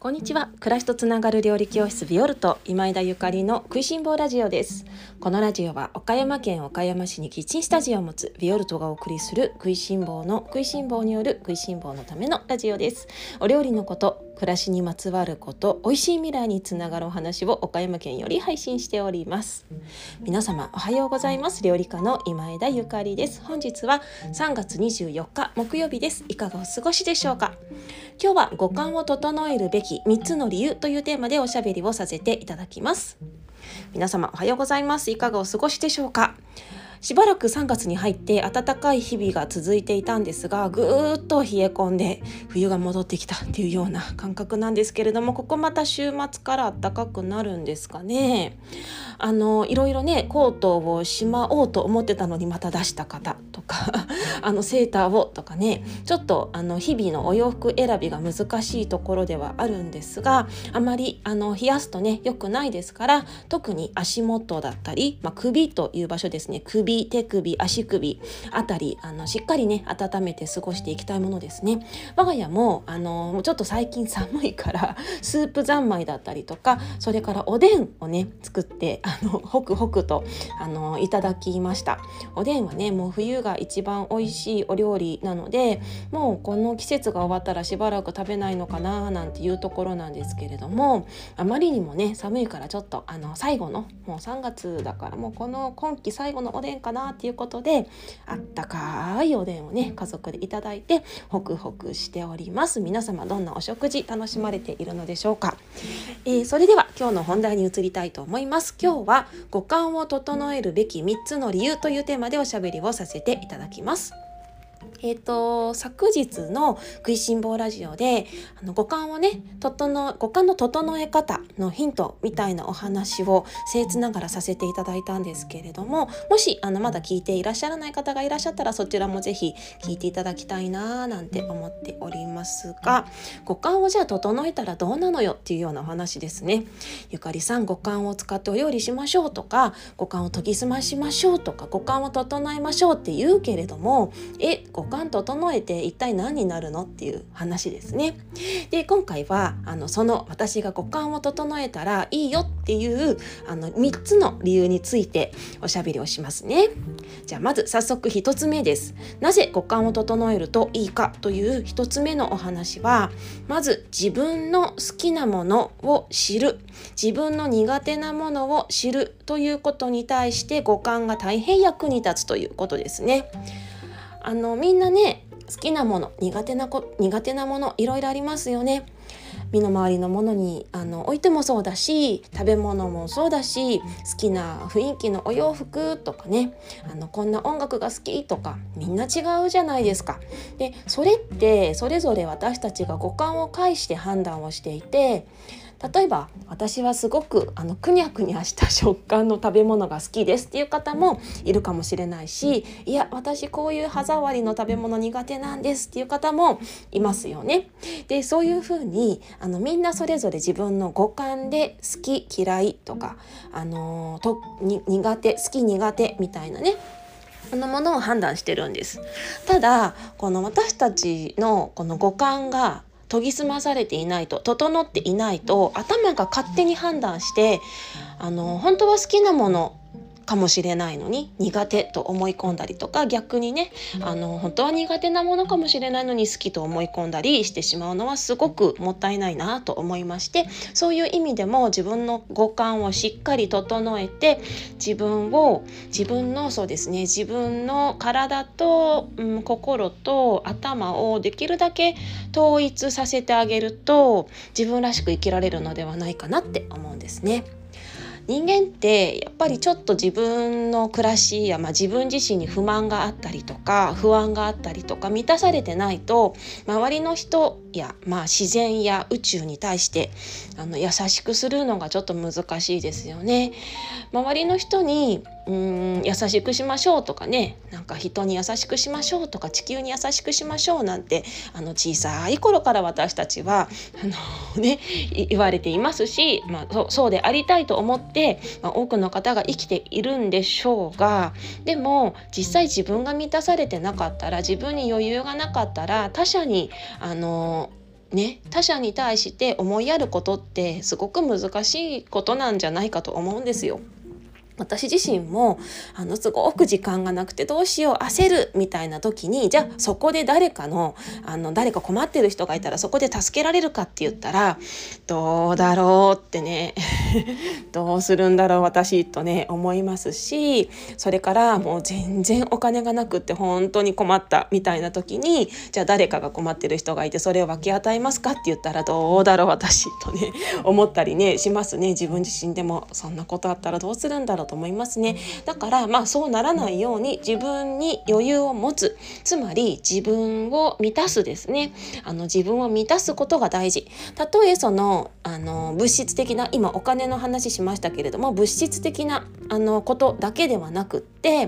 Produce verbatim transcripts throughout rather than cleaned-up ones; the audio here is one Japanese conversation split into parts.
こんにちは。暮らしとつながる料理教室ビオルト今井田ゆかりの食いしん坊ラジオです。このラジオは岡山県岡山市にキッチンスタジオを持つビオルトがお送りする食いしん坊の食いしん坊による食いしん坊のためのラジオです。お料理のこと、暮らしにまつわること、美味しい未来につながるお話を岡山県より配信しております。皆様おはようございます。料理家の今井田ゆかりです。本日はさんがつにじゅうよっか木曜日です。いかがお過ごしでしょうか。今日は五感を整えるべきみっつの理由というテーマでおしゃべりをさせていただきます。皆様おはようございます。いかがお過ごしでしょうか。しばらくさんがつに入って暖かい日々が続いていたんですが、ぐーっと冷え込んで冬が戻ってきたっていうような感覚なんですけれども、ここまた週末から暖かくなるんですかね。あのいろいろねコートをしまおうと思ってたのにまた出した方とかあのセーターをとかね、ちょっとあの日々のお洋服選びが難しいところではあるんですが、あまりあの冷やすとね良くないですから、特に足元だったり、まあ、首という場所ですね、首、手首、足首あたりあのしっかりね温めて過ごしていきたいものですね。我が家もあのちょっと最近寒いからスープ三昧だったりとか、それからおでんをね作ってあのホクホクとあのいただきました。おでんはねもう冬が一番美味しいお料理なので、もうこの季節が終わったらしばらく食べないのかななんていうところなんですけれども、あまりにもね寒いからちょっとあの最後のもうさんがつだからもうこの今季最後のおでんかなっていうことで、あったかいおでんをね家族でいただいてホクホクしております。皆様どんなお食事楽しまれているのでしょうか。えー、それでは今日の本題に移りたいと思います。今日は五感を整えるべきみっつの理由というテーマでおしゃべりをさせていただきます。えーと、昨日の食いしん坊ラジオであの五感をね整五感の整え方のヒントみたいなお話を僭越ながらさせていただいたんですけれども、もしあのまだ聞いていらっしゃらない方がいらっしゃったらそちらもぜひ聞いていただきたいななんて思っておりますが、五感をじゃあ整えたらどうなのよっていうようなお話ですね。ゆかりさん五感を使ってお料理しましょうとか、五感を研ぎ澄ましましょうとか、五感を整えましょうって言うけれども、え五感整えて一体何になるのっていう話ですね。で今回はあのその私が五感を整えたらいいよっていうあのみっつの理由についておしゃべりをしますね。じゃあまず早速ひとつめです。なぜ五感を整えるといいかというひとつめのお話は、まず自分の好きなものを知る、自分の苦手なものを知るということに対して五感が大変役に立つということですね。あのみんなね好きなもの苦手なこ苦手なものいろいろありますよね。身の回りのものにあの置いてもそうだし、食べ物もそうだし、好きな雰囲気のお洋服とかね、あのこんな音楽が好きとかみんな違うじゃないですか。でそれってそれぞれ私たちが五感を介して判断をしていて、例えば私はすごくあのくにゃくにゃした食感の食べ物が好きですっていう方もいるかもしれないし、いや私こういう歯触りの食べ物苦手なんですっていう方もいますよね。でそういうふうにあのみんなそれぞれ自分の五感で好き嫌いとか、あのー、とに苦手好き苦手みたいなねこのものを判断してるんです。ただこの私たちのこの五感が研ぎ澄まされていないと、整っていないと、頭が勝手に判断してあの本当は好きなものかもしれないのに苦手と思い込んだりとか、逆にねあの本当は苦手なものかもしれないのに好きと思い込んだりしてしまうのはすごくもったいないなと思いまして、そういう意味でも自分の五感をしっかり整えて、自分を自分のそうですね自分の体と、うん、心と頭をできるだけ統一させてあげると自分らしく生きられるのではないかなって思うんですね。人間ってやっぱりちょっと自分の暮らしや、まあ、自分自身に不満があったりとか不安があったりとか満たされてないと、周りの人や、まあ、自然や宇宙に対してあの優しくするのがちょっと難しいですよね。周りの人にうーん優しくしましょうとかね、なんか人に優しくしましょうとか地球に優しくしましょうなんてあの小さい頃から私たちはあの、ね、言われていますし、まあ、そ, そうでありたいと思って、まあ、多くの方が生きているんでしょうが、でも実際自分が満たされてなかったら、自分に余裕がなかったら他者にあのね、他者に対して思いやることってすごく難しいことなんじゃないかと思うんですよ。私自身もあのすごく時間がなくてどうしよう焦るみたいな時に、じゃあそこで誰かのあの誰か困ってる人がいたらそこで助けられるかって言ったらどうだろうってねどうするんだろう私とね思いますし、それからもう全然お金がなくって本当に困ったみたいな時に、じゃあ誰かが困ってる人がいてそれを分け与えますかって言ったらどうだろう私とね思ったりねしますね。自分自身でもそんなことあったらどうするんだろうと思いますね。だからまあそうならないように自分に余裕を持つ、つまり自分を満たすですね。あの自分を満たすことが大事。たとえそのあの物質的な、今お金の話しましたけれども、物質的なあのことだけではなくって、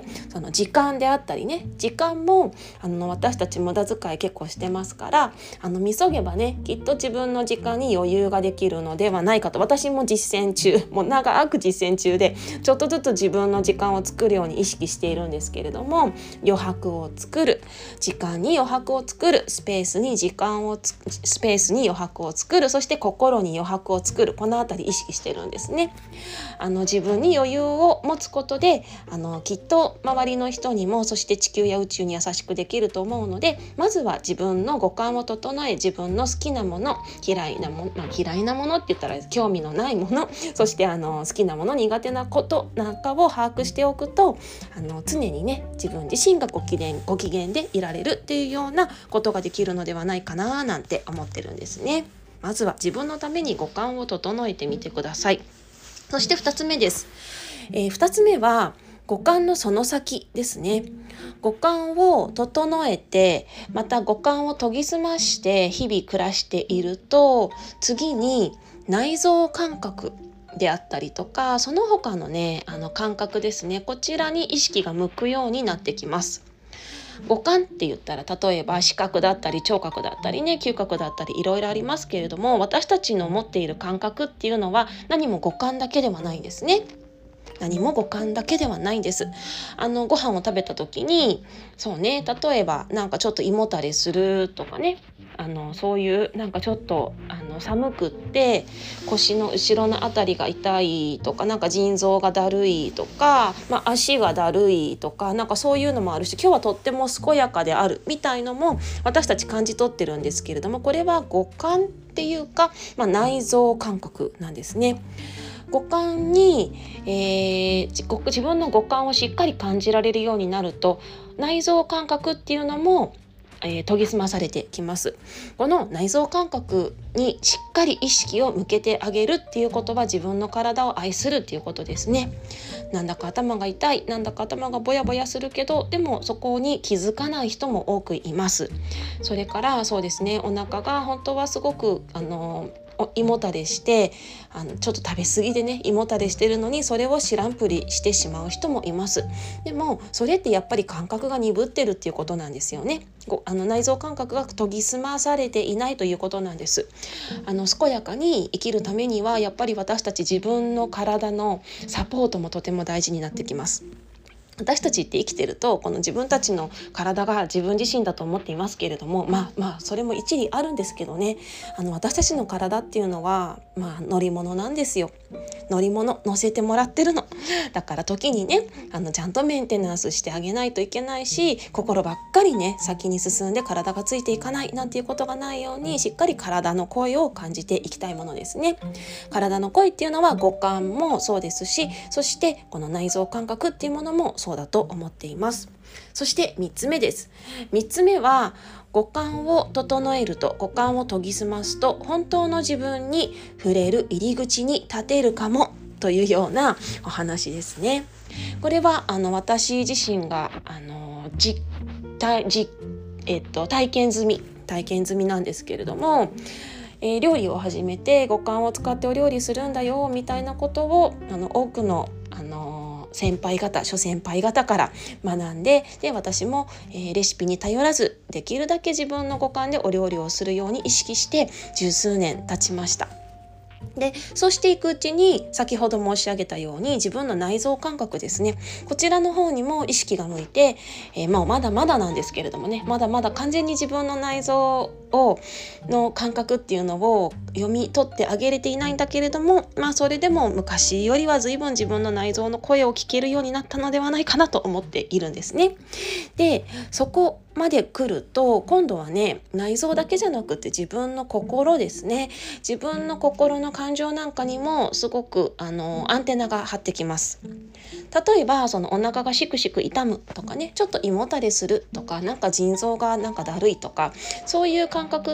その時間であったりね、時間もあの私たち無駄遣い結構してますから、あの見そげばねきっと自分の時間に余裕ができるのではないかと、私も実践中、もう長く実践中でちょっとずつ自分の時間を作るように意識しているんですけれども、余白を作る、時間に余白を作る、スペースに時間をつスペースに余白を作る、そして心に余白を作る、このあたり意識してるんですね。あの自分に余裕を持つことであのきっと周りの人にも、そして地球や宇宙に優しくできると思うので、まずは自分の五感を整え、自分の好きなもの、嫌いなもの、まあ、嫌いなものって言ったら興味のないもの、そしてあの好きなもの、苦手なことなんかを把握しておくと、あの常にね自分自身がご機嫌ご機嫌でいられるっていうようなことができるのではないかななんて思ってるんですね。まずは自分のために五感を整えてみてください。そしてふたつめです。えー、ふたつめは五感のその先ですね。五感を整えて、また五感を研ぎ澄まして日々暮らしていると、次に内臓感覚であったりとか、その他のねあの感覚ですね、こちらに意識が向くようになってきます。五感って言ったら例えば視覚だったり聴覚だったりね、嗅覚だったりいろいろありますけれども、私たちの持っている感覚っていうのは何も五感だけではないんですね。何も五感だけではないんです。あのご飯を食べた時に、そうね、例えばなんかちょっと胃もたれするとかね、あのそういうなんかちょっとあの寒くって腰の後ろのあたりが痛いとか、なんか腎臓がだるいとか、まあ、足がだるいとか、なんかそういうのもあるし、今日はとっても健やかであるみたいのも私たち感じ取ってるんですけれども、これは五感っていうか、まあ、内臓感覚なんですね。五感に、えー、自自分の五感をしっかり感じられるようになると、内臓感覚っていうのも、えー、研ぎ澄まされてきます。この内臓感覚にしっかり意識を向けてあげるっていうことは、自分の体を愛するっていうことですね。なんだか頭が痛い、なんだか頭がぼやぼやするけど、でもそこに気づかない人も多くいます。それからそうですね、お腹が本当はすごくあの胃もたれしてあのちょっと食べ過ぎでね胃もたれしてるのに、それを知らんぷりしてしまう人もいます。でもそれってやっぱり感覚が鈍ってるっていうことなんですよね。あの内臓感覚が研ぎ澄まされていないということなんです。あの健やかに生きるためには、やっぱり私たち自分の体のサポートもとても大事になってきます。私たちって生きてると、この自分たちの体が自分自身だと思っていますけれども、まあまあそれも一理あるんですけどね、あの私たちの体っていうのは、まあ、乗り物なんですよ。乗り物乗せてもらってるのだから、時にねあのちゃんとメンテナンスしてあげないといけないし、心ばっかりね先に進んで体がついていかないなんていうことがないように、しっかり体の声を感じていきたいものですね。体の声っていうのは五感もそうですし、そしてこの内臓感覚っていうものもそうだと思っています。そしてみっつめです。みっつめは、五感を整えると、五感を研ぎ澄ますと、本当の自分に触れる入り口に立てるかもというようなお話ですね。これはあの私自身があの実体、実えっと、体験済み体験済みなんですけれども、えー、料理を始めて五感を使ってお料理するんだよみたいなことをあの多くの、あのー先輩方諸先輩方から学んで、で私も、えー、レシピに頼らず、できるだけ自分の五感でお料理をするように意識して十数年経ちました。でそうしていくうちに、先ほど申し上げたように自分の内臓感覚ですね、こちらの方にも意識が向いて、えーまあ、まだまだなんですけれどもね、まだまだ完全に自分の内臓をの感覚っていうのを読み取ってあげれていないんだけれども、まあそれでも昔よりは随分自分の内臓の声を聞けるようになったのではないかなと思っているんですね。でそこまで来ると今度はね、内臓だけじゃなくて自分の心ですね。自分の心の感情なんかにもすごくあのアンテナが張ってきます。例えばそのお腹がシクシク痛むとかね、ちょっと胃もたれするとか、なんか腎臓がなんかだるいとか、そういう感覚って、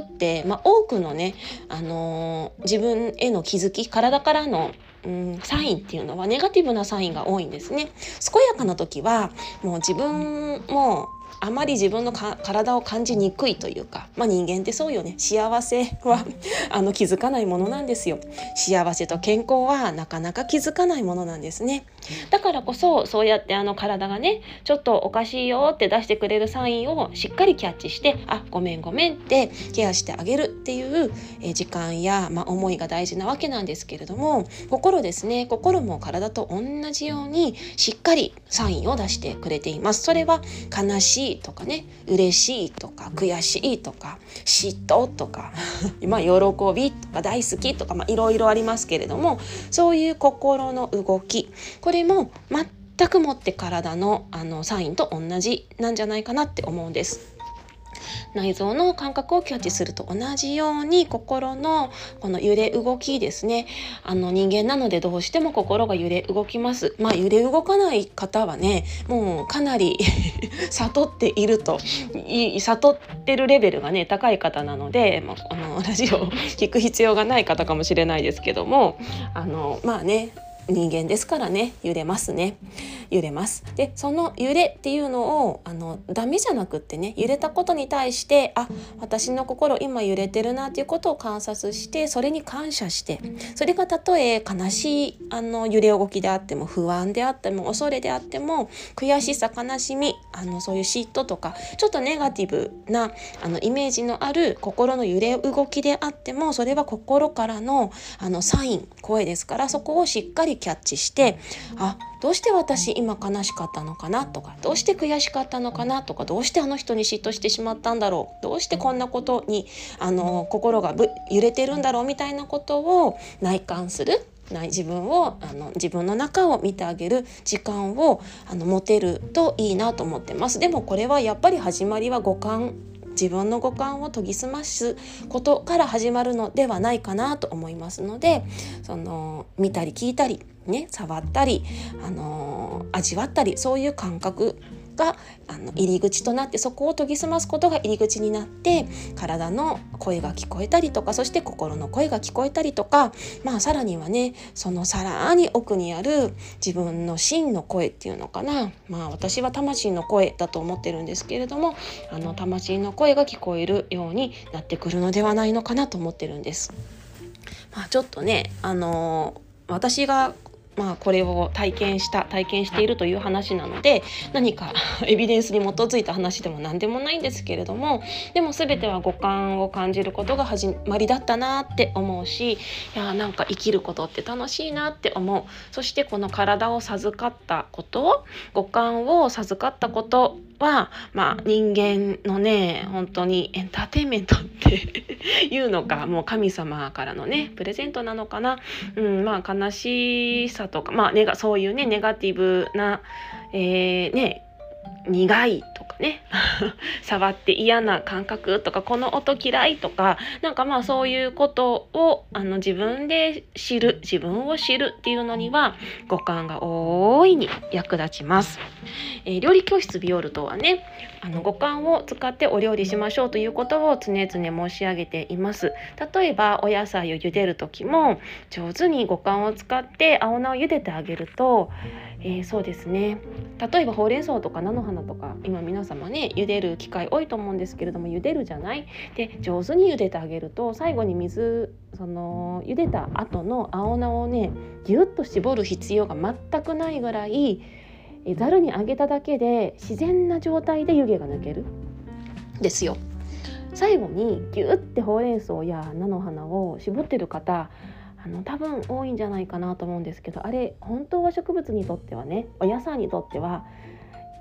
まあ、多くのね、あのー自分への気づき、体からのうん、サインっていうのはネガティブなサインが多いんですね。健やかな時はもう自分もあまり自分のか体を感じにくいというか、まあ、人間ってそうよね。幸せはあの気づかないものなんですよ。幸せと健康はなかなか気づかないものなんですね。だからこそそうやってあの体がねちょっとおかしいよって出してくれるサインをしっかりキャッチして、あ、ごめんごめんってケアしてあげるっていうえ時間や、まあ、思いが大事なわけなんですけれども、心ですね。心も体と同じようにしっかりサインを出してくれています。それは悲しいとかね、嬉しいとか悔しいとか嫉妬とかまあ喜びとか大好きとか、まあ、いろいろありますけれども、そういう心の動き、これも全くもって体のあのサインと同じなんじゃないかなって思うんです。内臓の感覚をキャッチすると同じように心のこの揺れ動きですね。あの人間なのでどうしても心が揺れ動きます。まあ揺れ動かない方はね、もうかなり悟っているとい悟ってるレベルがね高い方なので、まあ、あのラジオを聞く必要がない方かもしれないですけども、あのまあね、人間ですからね、揺れますね。揺れます。でその揺れっていうのをあのダメじゃなくってね、揺れたことに対して、あ、私の心今揺れてるなっていうことを観察して、それに感謝して、それがたとえ悲しいあの揺れ動きであっても、不安であっても、恐れであっても、悔しさ悲しみ、あのそういう嫉妬とかちょっとネガティブなあのイメージのある心の揺れ動きであっても、それは心からのあのサイン、声ですから、そこをしっかりキャッチして、あ、どうして私今悲しかったのかなとか、どうして悔しかったのかなとか、どうしてあの人に嫉妬してしまったんだろう、どうしてこんなことにあの心がぶ揺れてるんだろうみたいなことを内観する、自分をあの自分の中を見てあげる時間をあの持てるといいなと思ってます。でもこれはやっぱり始まりは五感、自分の五感を研ぎ澄ますことから始まるのではないかなと思いますので、その見たり聞いたりね、触ったり、あのー、味わったり、そういう感覚があの入り口となって、そこを研ぎ澄ますことが入り口になって、体の声が聞こえたりとか、そして心の声が聞こえたりとか、まあさらにはね、そのさらに奥にある自分の真の声っていうのかな、まあ私は魂の声だと思ってるんですけれども、あの魂の声が聞こえるようになってくるのではないのかなと思ってるんです。まあ、ちょっとね、あのー、私がまあ、これを体験した体験しているという話なので、何かエビデンスに基づいた話でも何でもないんですけれども、でも全ては五感を感じることが始まりだったなって思うし、いやなんか生きることって楽しいなって思う。そしてこの体を授かったこと、五感を授かったことは、まあ、人間のね本当にエンターテインメントっていうのか、もう神様からのねプレゼントなのかな、うん、まあ悲しさとか、まあ、ネガそういうねネガティブな、えー、ね苦いとかね触って嫌な感覚とか、この音嫌いとか、なんかまあそういうことをあの自分で知る、自分を知るっていうのには五感が大いに役立ちます。えー、料理教室ビオルトはね、あの五感を使ってお料理しましょうということを常々申し上げています。例えばお野菜を茹でる時も上手に五感を使って青菜を茹でてあげると、えー、そうですね、例えばほうれん草とか菜の花とか、今皆様ね茹でる機会多いと思うんですけれども、茹でるじゃないで上手に茹でてあげると、最後に水その茹でた後の青菜をねギュッと絞る必要が全くないぐらい、ざるにあげただけで自然な状態で湯気が抜けるですよ。最後にギュッてほうれん草や菜の花を絞ってる方、あの多分多いんじゃないかなと思うんですけど、あれ本当は植物にとってはね、お野菜にとっては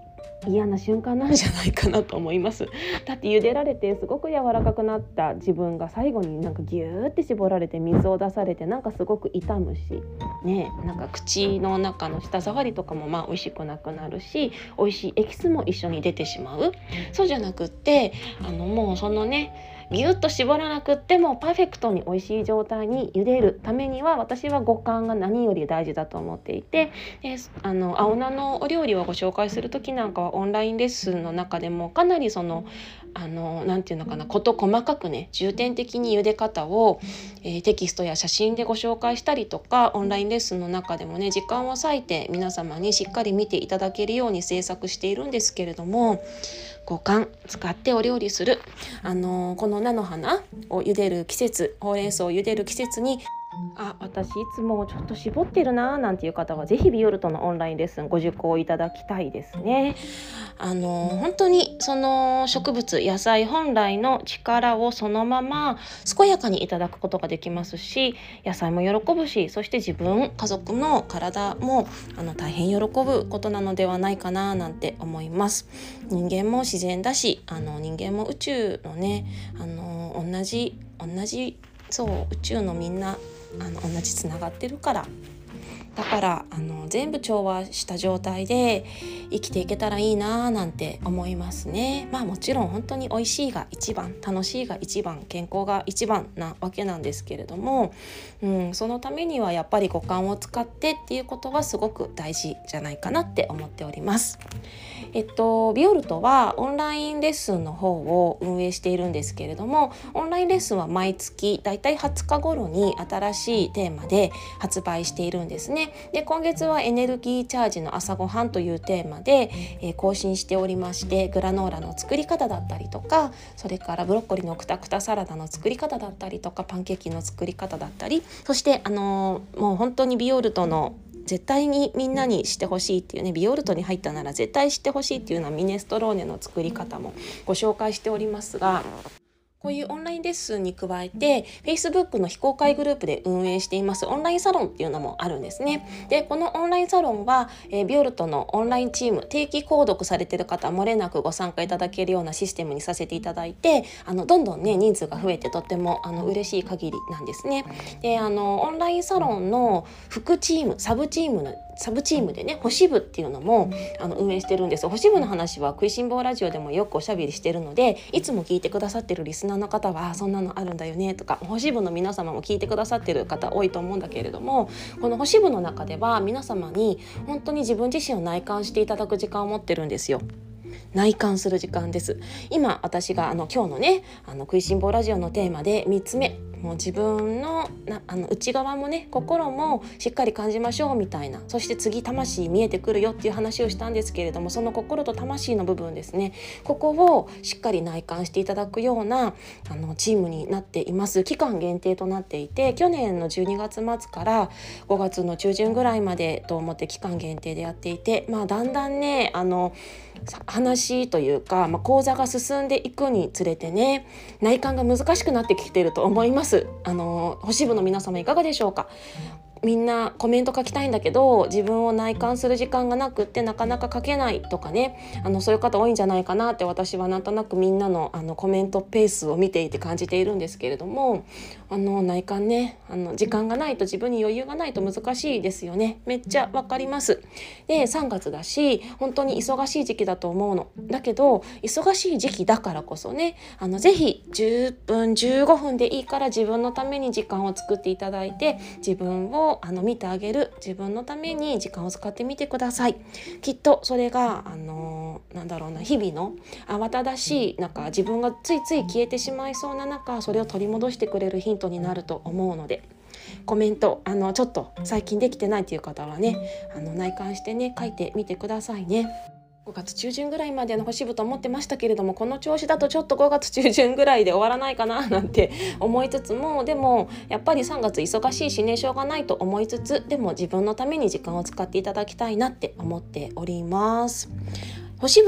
嫌な瞬間なんじゃないかなと思います。だって茹でられてすごく柔らかくなった自分が最後になんかギューって絞られて水を出されて、なんかすごく痛むしね、なんか口の中の舌触りとかもまあ美味しくなくなるし、美味しいエキスも一緒に出てしまう。そうじゃなくってあのもうそのねギュッと絞らなくってもパーフェクトに美味しい状態に茹でるためには、私は五感が何より大事だと思っていて、であの青菜のお料理をご紹介する時なんかはオンラインレッスンの中でもかなりそのあのなんていうのかな、事細かくね重点的に茹で方を、えー、テキストや写真でご紹介したりとか、オンラインレッスンの中でもね時間を割いて皆様にしっかり見ていただけるように制作しているんですけれども、五感使ってお料理する、あのー、この菜の花を茹でる季節、ほうれん草を茹でる季節に、あ、私いつもちょっと絞ってるななんていう方はぜひビオルトのオンラインレッスンご受講いただきたいですね。あのー、本当にその植物野菜本来の力をそのまま健やかにいただくことができますし、野菜も喜ぶし、そして自分家族の体もあの大変喜ぶことなのではないかななんて思います。人間も自然だし、あの人間も宇宙のね、あの同じ同じそう宇宙のみんなあの同じつながってるから、だからあの全部調和した状態で生きていけたらいいななんて思いますね。まあもちろん本当に美味しいが一番、楽しいが一番、健康が一番なわけなんですけれども、うん、そのためにはやっぱり五感を使ってっていうことはすごく大事じゃないかなって思っております。えっと、ビオルトはオンラインレッスンの方を運営しているんですけれども、オンラインレッスンは毎月だいたいはつか頃に新しいテーマで発売しているんですね。で、今月はエネルギーチャージの朝ごはんというテーマで、えー、更新しておりまして、グラノーラの作り方だったりとか、それからブロッコリーのクタクタサラダの作り方だったりとか、パンケーキの作り方だったり、そしてあのー、もう本当にビオルトの絶対にみんなにしてほしいっていうね、ビオルトに入ったなら絶対してほしいっていうのはミネストローネの作り方もご紹介しておりますが、こういうオンラインレッスンに加えて Facebook の非公開グループで運営していますオンラインサロンっていうのもあるんですね。で、このオンラインサロンは、えー、ビオルトのオンラインチーム、定期購読されている方漏れなくご参加いただけるようなシステムにさせていただいて、あのどんどんね人数が増えてとってもあの嬉しい限りなんですね。で、あのオンラインサロンの副チーム、サブチームのサブチームでね、星部っていうのもあの運営してるんです。星部の話は食いしん坊ラジオでもよくおしゃべりしてるので、いつも聞いてくださってるリスナーの方はそんなのあるんだよねとか、星部の皆様も聞いてくださってる方多いと思うんだけれども、この星部の中では皆様に本当に自分自身を内観していただく時間を持ってるんですよ。内観する時間です。今私があの今日のねあの食いしん坊ラジオのテーマでみっつめ、もう自分のなあの内側もね心もしっかり感じましょうみたいな、そして次魂見えてくるよっていう話をしたんですけれども、その心と魂の部分ですね、ここをしっかり内観していただくようなあのチームになっています。期間限定となっていて、去年のじゅうにがつ末からごがつの中旬ぐらいまでと思って期間限定でやっていて、まあだんだんねあの話というか、まあ、講座が進んでいくにつれてね内観が難しくなってきていると思います。あの星部の皆様いかがでしょうか。みんなコメント書きたいんだけど自分を内観する時間がなくってなかなか書けないとかね、あのそういう方多いんじゃないかなって私はなんとなくみんなの、あのコメントペースを見ていて感じているんですけれども、あの内観ねあの時間がないと自分に余裕がないと難しいですよね。めっちゃわかります。でさんがつだし本当に忙しい時期だと思うのだけど、忙しい時期だからこそねあのぜひじゅっぷんじゅうごふんでいいから自分のために時間を作っていただいて、自分をあの見てあげる、自分のために時間を使ってみてください。きっとそれがあのなんだろうな、日々の慌ただしいなんか自分がついつい消えてしまいそうな中、それを取り戻してくれるヒントになると思うので、コメントあのちょっと最近できてないという方はねあの内観してね書いてみてくださいね。ごがつ中旬ぐらいまでの星部と思ってましたけれども、この調子だとちょっとごがつ中旬ぐらいで終わらないかななんて思いつつも、でもやっぱりさんがつ忙しいしねしょうがないと思いつつ、でも自分のために時間を使っていただきたいなって思っております。星部に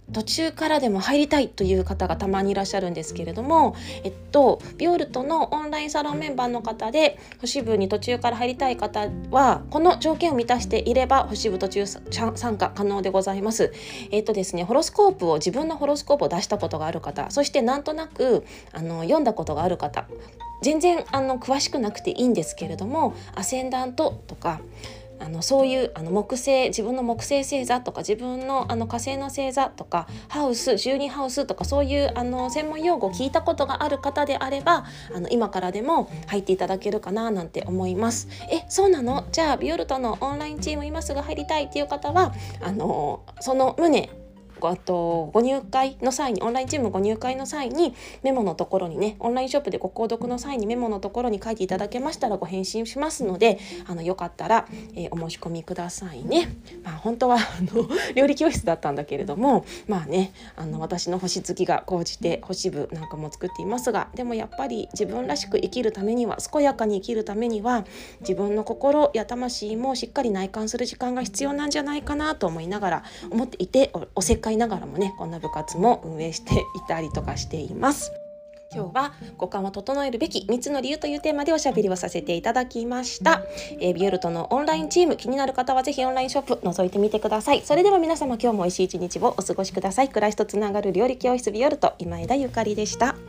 途中からでも入りたいという方がたまにいらっしゃるんですけれども、えっと、ビオルトのオンラインサロンメンバーの方で星部に途中から入りたい方はこの条件を満たしていれば星部途中参加可能でございます。えっとですね、ホロスコープを自分のホロスコープを出したことがある方、そしてなんとなくあの読んだことがある方、全然あの詳しくなくていいんですけれども、アセンダントとかあのそういうあの木星、自分の木星星座とか自分のあの火星の星座とかハウス、じゅうにハウスとかそういうあの専門用語を聞いたことがある方であれば、あの今からでも入っていただけるかななんて思います。え、そうなの？じゃあビオルトのオンラインチーム今すぐ入りたいっていう方はあのその旨あとご入会の際に、オンラインチームご入会の際にメモのところにね、オンラインショップでご購読の際にメモのところに書いていただけましたらご返信しますので、あのよかったら、えー、お申し込みくださいね。まあ、本当はあの料理教室だったんだけれども、まあね、あの私の星月が高じて星部なんかも作っていますが、でもやっぱり自分らしく生きるためには、健やかに生きるためには自分の心や魂もしっかり内観する時間が必要なんじゃないかなと思いながら思っていて、お、おせっかいながらもね、こんな部活も運営していたりとかしています。今日は五感を整えるべきみっつの理由というテーマでおしゃべりをさせていただきました。えー、ビオルトのオンラインチーム、気になる方はぜひオンラインショップ覗いてみてください。それでは皆様、今日も美味しい一日をお過ごしください。暮らしとつながる料理教室ビオルト、今枝ゆかりでした。